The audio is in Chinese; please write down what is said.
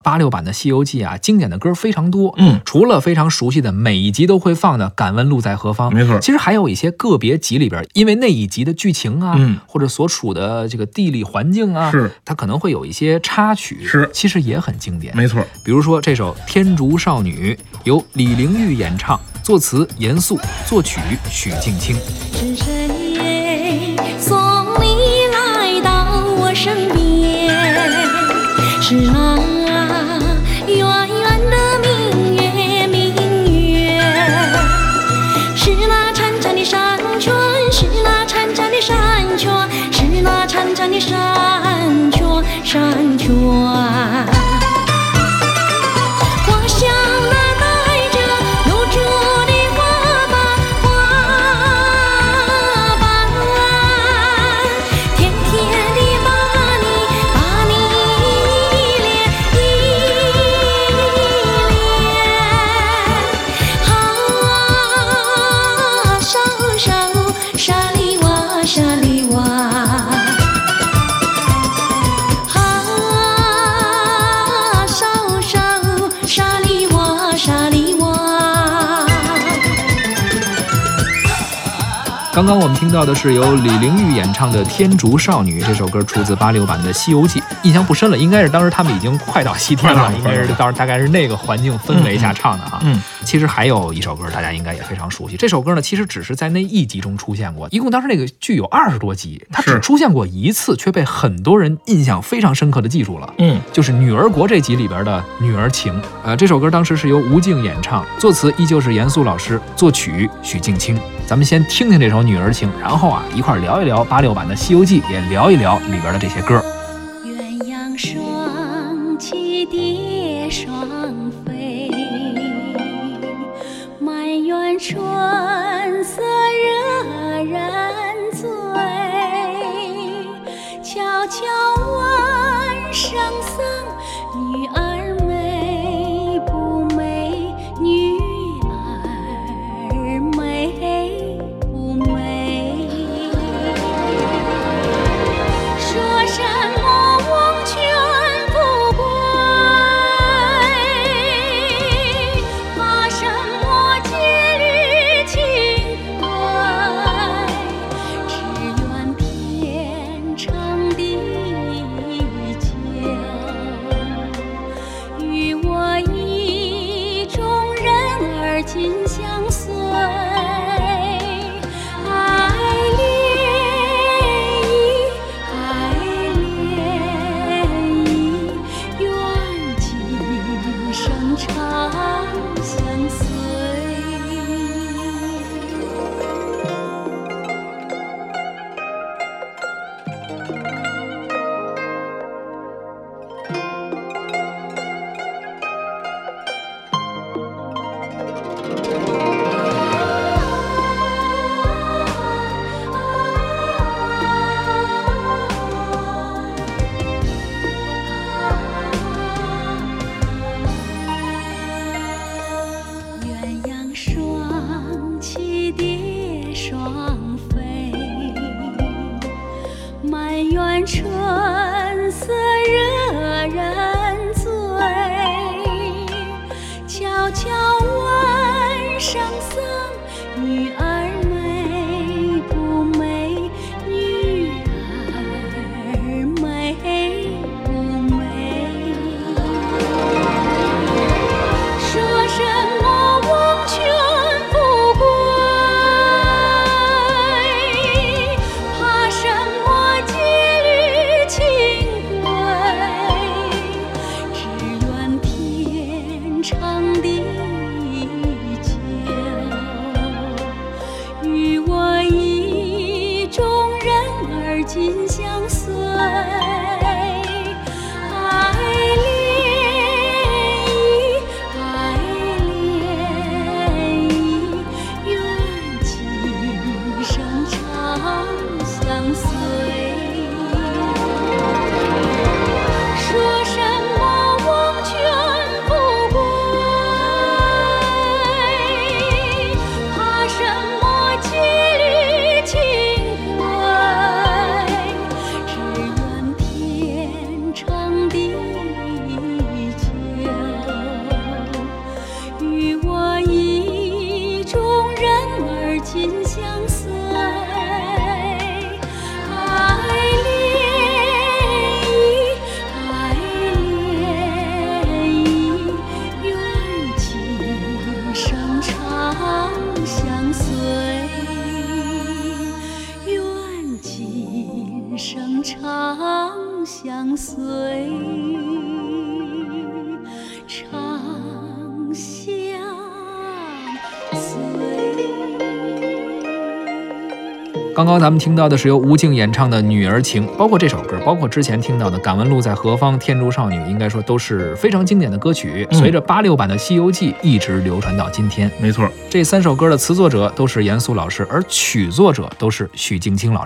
86版的《西游记》啊，经典的歌非常多。除了非常熟悉的每一集都会放的《敢问路在何方》， 没错， 其实还有一些个别集里边，因为那一集的剧情啊，或者所处的这个地理环境啊，它可能会有一些插曲，其实也很经典。 没错， 比如说这首《天竺少女》，由李玲玉演唱，作词严肃，作曲许镜清。 是谁送你来到我身边？是那圆圆的明月，明月，是那潺潺的山泉，是那潺潺的山泉，是那潺潺的山泉，山泉。 刚刚我们听到的是由李玲玉演唱的《天竺少女》，这首歌出自86版的《西游记》，印象不深了，应该是当时他们已经快到西天了，应该是大概是那个环境氛围下唱的哈。其实还有一首歌大家应该也非常熟悉，这首歌呢其实只是在那一集中出现过，一共当时那个剧有20多集，它只出现过一次，却被很多人印象非常深刻的记住了。就是《女儿国》这集里边的《女儿情》。这首歌当时是由吴静演唱，作词依旧是严肃老师，作曲许镜清。咱们先听听这首《女儿情》，然后啊一块聊一聊86版的《西游记》，也聊一聊里边的这些歌。 鸳鸯双栖蝶双飞，满园春色惹人醉。悄悄问圣僧，女儿美不美？女儿美不美？说什么忘却不归，怕什么戒律情相随，长相随。 刚刚咱们听到的是由吴静演唱的《女儿情》，包括这首歌，包括之前听到的《敢问路在何方》《天竺少女》，应该说都是非常经典的歌曲。随着86版的《西游记》一直流传到今天。 没错， 这3首歌的词作者都是严肃老师，而曲作者都是许镜清老师。